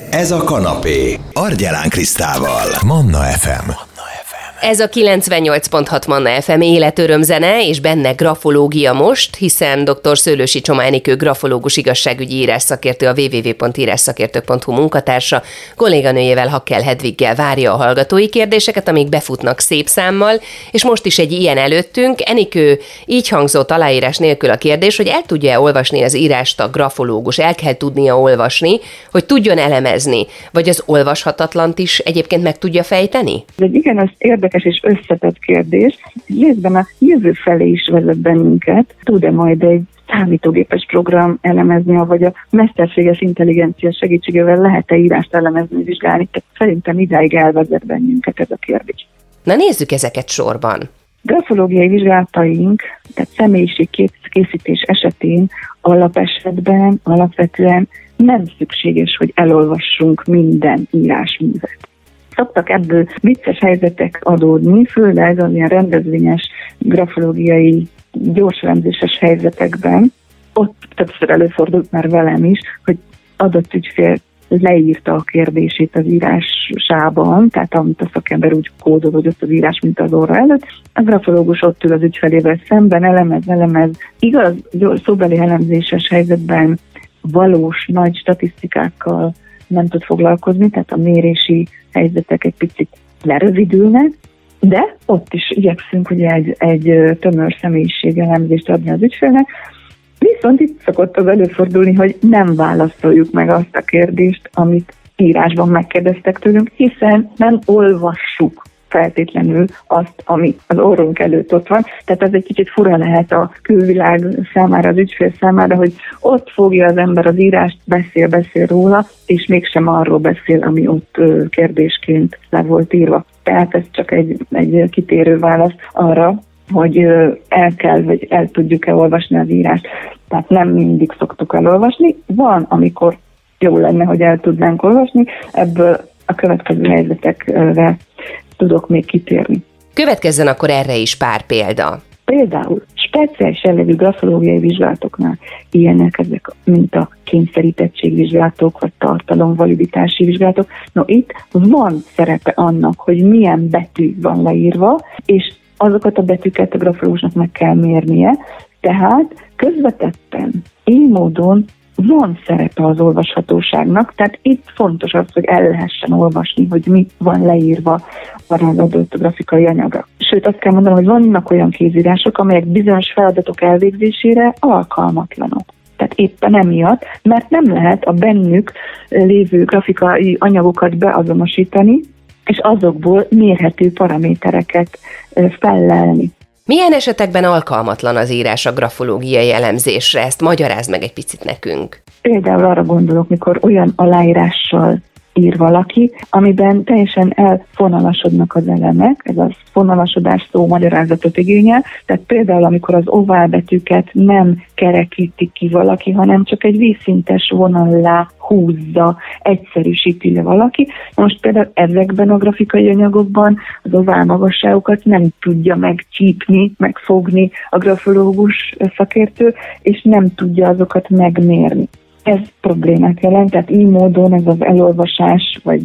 Ez a kanapé. Argyelán Krisztával. Manna FM. Ez a 98.6 Manna FM életörömzene, és benne grafológia most, hiszen dr. Szőlősi Csoma Enikő grafológus, igazságügyi írásszakértő, a www.írásszakértők.hu munkatársa, kolléganőjével, Hakkel Hedviggel várja a hallgatói kérdéseket, amik befutnak szép számmal, és most is egy ilyen előttünk. Enikő, így hangzott aláírás nélkül a kérdés, hogy el tudja olvasni az írást a grafológus, el kell tudnia olvasni, hogy tudjon elemezni, vagy az olvashatatlant is egyébként meg tudja fejteni? Ez egy igen, az érdekes és összetett kérdés. Részben a jövő felé is vezet bennünket. Tud-e majd egy számítógépes program elemezni, vagy a mesterséges intelligencia segítségével lehet-e írást elemezni, vizsgálni? Tehát szerintem idáig elvezet bennünket ez a kérdés. Na nézzük ezeket sorban. Grafológiai vizsgálataink, tehát személyiségkészítés esetén alapesetben alapvetően nem szükséges, hogy elolvassunk minden írásművet. Szoktak ebből vicces helyzetek adódni, főleg az ilyen rendezvényes grafológiai gyors elemzéses helyzetekben. Ott többször előfordult már velem is, hogy adott ügyfél leírta a kérdését az írásában, tehát amit a szakember úgy kódolódott az írás, mint az óra előtt. A grafológus ott ül az ügyfelével szemben, elemez. Igaz, szóbeli elemzéses helyzetben valós nagy statisztikákkal nem tud foglalkozni, tehát a mérési helyzetek egy picit lerövidülnek, de ott is igyekszünk ugye egy tömör személyiségelemzést adni az ügyfélnek, viszont itt szokott az előfordulni, hogy nem válaszoljuk meg azt a kérdést, amit írásban megkérdeztek tőlünk, hiszen nem olvassuk feltétlenül azt, ami az orrunk előtt ott van. Tehát ez egy kicsit fura lehet a külvilág számára, az ügyfél számára, hogy ott fogja az ember az írást, beszél róla, és mégsem arról beszél, ami ott kérdésként le volt írva. Tehát ez csak egy kitérő válasz arra, hogy el kell, vagy el tudjuk-e olvasni az írást. Tehát nem mindig szoktuk elolvasni. Van, amikor jó lenne, hogy el tudnánk olvasni, ebből a következő helyzetekre tudok még kitérni. Következzen akkor erre is pár példa. Például speciális jellegű grafológiai vizsgálatoknál ilyenek ezek, mint a kényszerítettségvizsgálatok, vagy tartalomvaliditási vizsgálatok. No, itt van szerepe annak, hogy milyen betű van leírva, és azokat a betűket a grafológusnak meg kell mérnie, tehát közvetetten, így módon van szerepe az olvashatóságnak, tehát itt fontos az, hogy el lehessen olvasni, hogy mi van leírva arra az adott grafikai anyagra. Sőt, azt kell mondanom, hogy vannak olyan kézírások, amelyek bizonyos feladatok elvégzésére alkalmatlanok. Tehát éppen emiatt, mert nem lehet a bennük lévő grafikai anyagokat beazonosítani, és azokból mérhető paramétereket fellelni. Milyen esetekben alkalmatlan az írás a grafológiai elemzésre? Ezt magyarázd meg egy picit nekünk. Például arra gondolok, mikor olyan aláírással ír valaki, amiben teljesen elfonalasodnak az elemek, ez a fonalasodás szó magyarázatot igényel, tehát például amikor az oválbetűket nem kerekíti ki valaki, hanem csak egy vízszintes vonallá húzza, egyszerűsíti le valaki. Most például ezekben a grafikai anyagokban az ovál magasságokat nem tudja megcsípni, megfogni a grafológus szakértő, és nem tudja azokat megmérni. Ez problémát jelent, tehát így módon ez az elolvasás vagy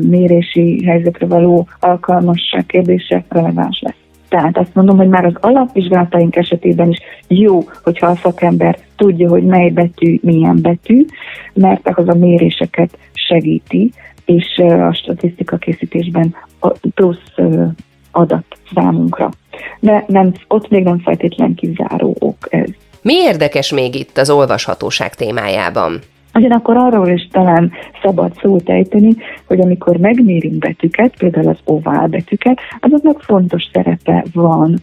mérési helyzetre való alkalmasság kérdése releváns lesz. Tehát azt mondom, hogy már az alapvizsgálataink esetében is jó, hogyha a szakember tudja, hogy mely betű milyen betű, mert az a méréseket segíti, és a statisztika készítésben plusz adat számunkra. De ott még nem feltétlen kizáró ok ez. Mi érdekes még itt az olvashatóság témájában? Ugyanakkor arról is talán szabad szót ejteni, hogy amikor megmérünk betűket, például az ovál betűket, azoknak fontos szerepe van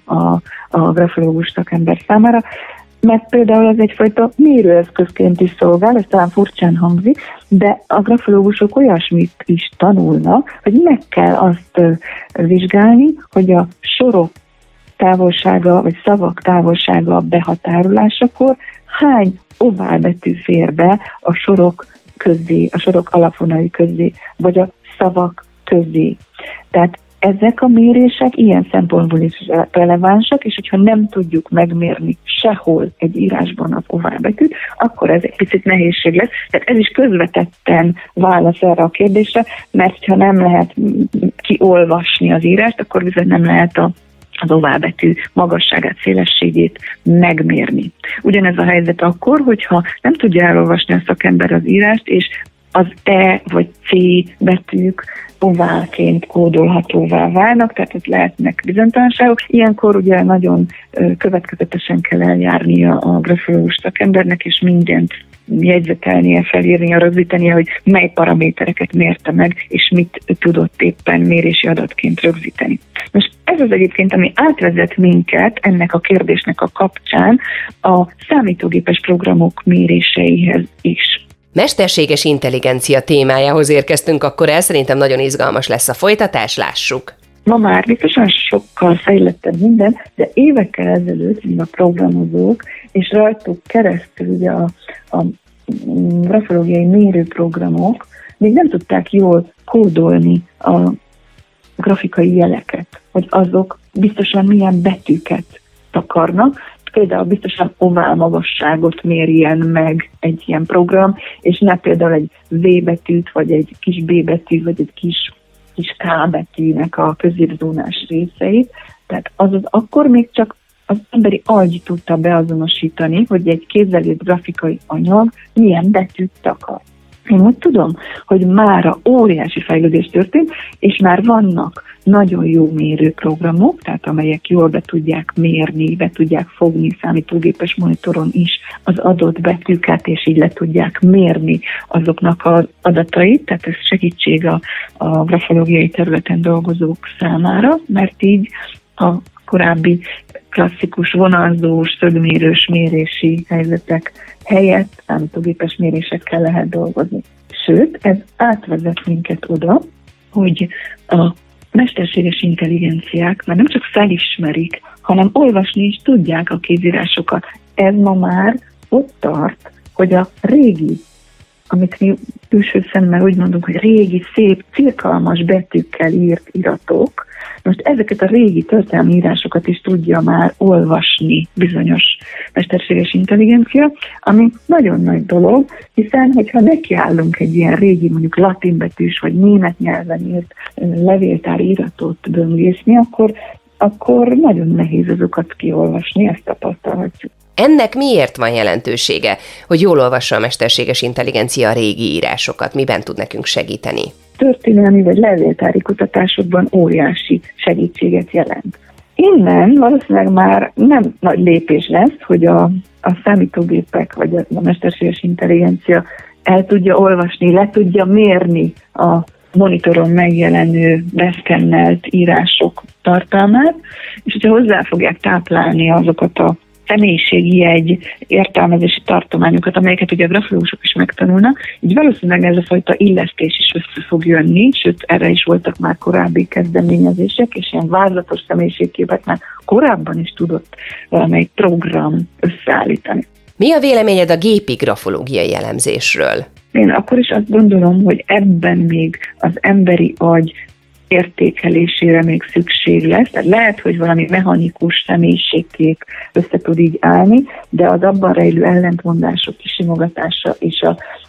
a grafológus szakember számára, mert például az egyfajta mérőeszközként is szolgál, ez talán furcsán hangzik, de a grafológusok olyasmit is tanulnak, hogy meg kell azt vizsgálni, hogy a sorok távolsága, vagy szavak távolsága a behatárolásakor hány oválbetű fér be a sorok közé, a sorok alapvonalai közé, vagy a szavak közé. Tehát ezek a mérések ilyen szempontból is relevánsak, és hogyha nem tudjuk megmérni sehol egy írásban az oválbetűt, akkor ez egy picit nehézség lesz. Tehát ez is közvetetten válasz erre a kérdésre, mert ha nem lehet kiolvasni az írást, akkor viszont nem lehet az oválbetű magasságát, szélességét megmérni. Ugyanez a helyzet akkor, hogyha nem tudja elolvasni a szakember az írást, és az E vagy C betűk oválként kódolhatóvá válnak, tehát ez lehetnek bizonytalanságok. Ilyenkor ugye nagyon következetesen kell eljárnia a grafológus szakembernek, és mindent jegyzetelnie, felírnia, rögzítenie, hogy mely paramétereket mérte meg, és mit tudott éppen mérési adatként rögzíteni. Most ez az egyébként, ami átvezet minket ennek a kérdésnek a kapcsán a számítógépes programok méréseihez is. Mesterséges intelligencia témájához érkeztünk akkor el, szerintem nagyon izgalmas lesz a folytatás, lássuk. Ma már biztosan sokkal fejlettebb minden, de évekkel ezelőtt a programozók, és rajtuk keresztül ugye a grafológiai mérőprogramok még nem tudták jól kódolni a grafikai jeleket, hogy azok biztosan milyen betűket takarnak. Például biztosan ovál magasságot mérjen meg egy ilyen program, és ne például egy V betűt, vagy egy kis B betű, vagy egy kis K betűnek a középzónás részeit. Tehát azaz akkor még csak az emberi agy tudta beazonosítani, hogy egy kézzelírt grafikai anyag milyen betűt takar. Én úgy tudom, hogy mára óriási fejlődés történt, és már vannak nagyon jó mérőprogramok, tehát amelyek jól be tudják mérni, be tudják fogni számítógépes monitoron is az adott betűket, és így le tudják mérni azoknak az adatait, tehát ez segítség a grafológiai területen dolgozók számára, mert így a korábbi klasszikus vonalzós, szögmérős mérési helyzetek helyett számítógépes mérésekkel lehet dolgozni. Sőt, ez átvezet minket oda, hogy a mesterséges intelligenciák már nem csak felismerik, hanem olvasni is tudják a kézírásokat. Ez ma már ott tart, hogy a régi, amit mi külső szemmel úgy mondunk, hogy régi, szép, cirkalmas betűkkel írt iratok, most ezeket a régi történelmi írásokat is tudja már olvasni bizonyos mesterséges intelligencia, ami nagyon nagy dolog, hiszen hogyha nekiállunk egy ilyen régi, mondjuk latinbetűs vagy német nyelven írt levéltári iratot böngészni, akkor nagyon nehéz azokat kiolvasni, ezt tapasztalhatjuk. Ennek miért van jelentősége, hogy jól olvassa a mesterséges intelligencia a régi írásokat? Miben tud nekünk segíteni? Történelmi vagy levéltári kutatásokban óriási segítséget jelent. Innen valószínűleg már nem nagy lépés lesz, hogy a számítógépek vagy a mesterséges intelligencia el tudja olvasni, le tudja mérni a monitoron megjelenő beszkennelt írások tartalmát, és hogyha hozzá fogják táplálni azokat a személyiségi jegy értelmezési tartományokat, amelyeket ugye a grafológusok is megtanulnak, így valószínűleg ez a fajta illesztés is össze fog jönni, sőt erre is voltak már korábbi kezdeményezések, és ilyen vázlatos személyiségképet már korábban is tudott valamelyik program összeállítani. Mi a véleményed a gépi grafológiai elemzésről? Én akkor is azt gondolom, hogy ebben még az emberi agy értékelésére még szükség lesz. Tehát lehet, hogy valami mechanikus személyiségkép össze tud így állni, de az abban rejlő ellentmondások kisimogatása és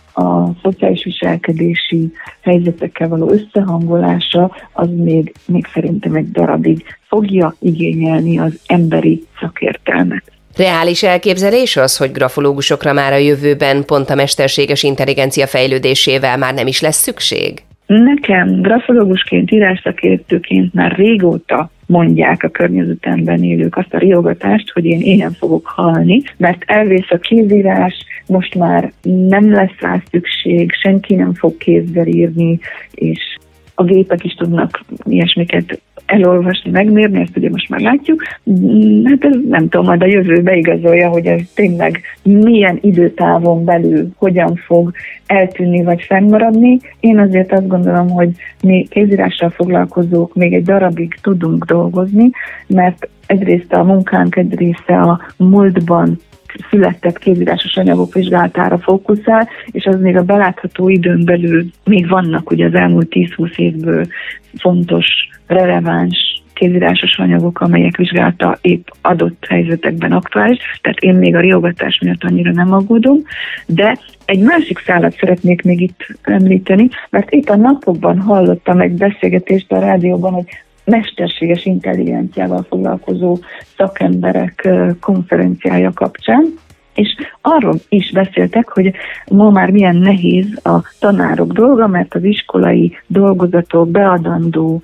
a szociális viselkedési helyzetekkel való összehangolása az még szerintem egy darabig fogja igényelni az emberi szakértelmet. Reális elképzelés az, hogy grafológusokra már a jövőben pont a mesterséges intelligencia fejlődésével már nem is lesz szükség? Nekem grafológusként, írásszakértőként már régóta mondják a környezetemben élők azt a riogatást, hogy én éhen fogok halni, mert elvész a kézírás, most már nem lesz rá szükség, senki nem fog kézzel írni, és a gépek is tudnak ilyesmiket elolvasni, megmérni, ezt ugye most már látjuk. Hát ez nem tudom, majd a jövő beigazolja, hogy ez tényleg milyen időtávon belül hogyan fog eltűnni vagy fennmaradni. Én azért azt gondolom, hogy mi kézírással foglalkozók még egy darabig tudunk dolgozni, mert egyrészt a munkánk egy része a múltban született kézírásos anyagok vizsgálatára fókuszál, és az még a belátható időn belül még vannak ugye az elmúlt 10-20 évből fontos, releváns kézírásos anyagok, amelyek vizsgálata épp adott helyzetekben aktuális, tehát én még a riogatás miatt annyira nem aggódom, de egy másik szálat szeretnék még itt említeni, mert épp a napokban hallottam egy beszélgetést a rádióban, hogy mesterséges intelligenciával foglalkozó szakemberek konferenciája kapcsán, és arról is beszéltek, hogy ma már milyen nehéz a tanárok dolga, mert az iskolai dolgozatok, beadandó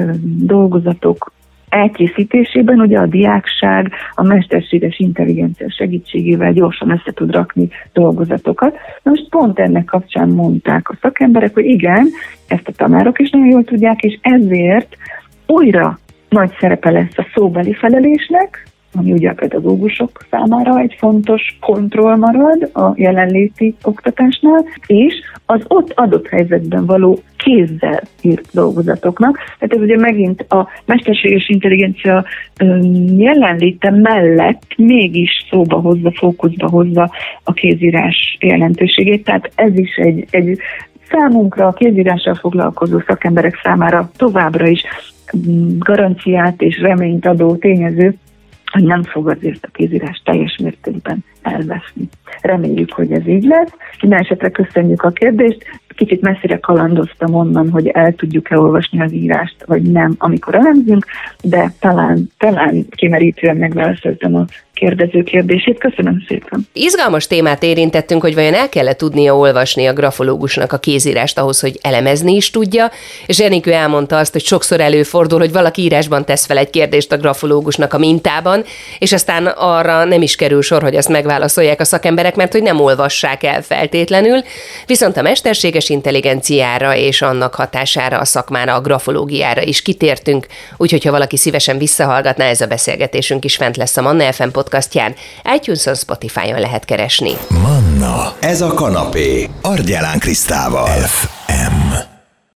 dolgozatok elkészítésében ugye a diákság a mesterséges intelligencia segítségével gyorsan össze tud rakni dolgozatokat. Na most pont ennek kapcsán mondták a szakemberek, hogy igen, ezt a tanárok is nagyon jól tudják, és ezért újra nagy szerepe lesz a szóbeli felelésnek, ami ugye a pedagógusok számára egy fontos kontroll marad a jelenléti oktatásnál, és az ott adott helyzetben való kézzel írt dolgozatoknak. Tehát ez ugye megint a mesterséges intelligencia jelenléte mellett mégis szóba hozza, fókuszba hozza a kézírás jelentőségét. Tehát ez is egy számunkra, a kézírással foglalkozó szakemberek számára továbbra is garanciát és reményt adó tényező, hogy nem fog azért a kézírás teljes mértékben elveszni. Reméljük, hogy ez így lesz. Minden esetre köszönjük a kérdést. Kicsit messzire kalandoztam onnan, hogy el tudjuk-e olvasni az írást, vagy nem, amikor elemzünk, de talán kimerítően megválaszoltam a kérdező kérdését. Köszönöm szépen. Izgalmas témát érintettünk, hogy vajon el kellett tudnia olvasni a grafológusnak a kézírást ahhoz, hogy elemezni is tudja, és Enikő elmondta azt, hogy sokszor előfordul, hogy valaki írásban tesz fel egy kérdést a grafológusnak a mintában, és aztán arra nem is kerül sor, hogy azt megválaszolják a szakemberek, mert hogy nem olvassák el feltétlenül, viszont a mesterséges intelligenciára és annak hatására a szakmára, a grafológiára is kitértünk, úgyhogy ha valaki szívesen visszahallgatná, ez a beszélgetésünk is fent lesz a Manna FM podcastján, iTunes-on, Spotify-on lehet keresni. Manna, ez a kanapé, Argyelán Krisztával.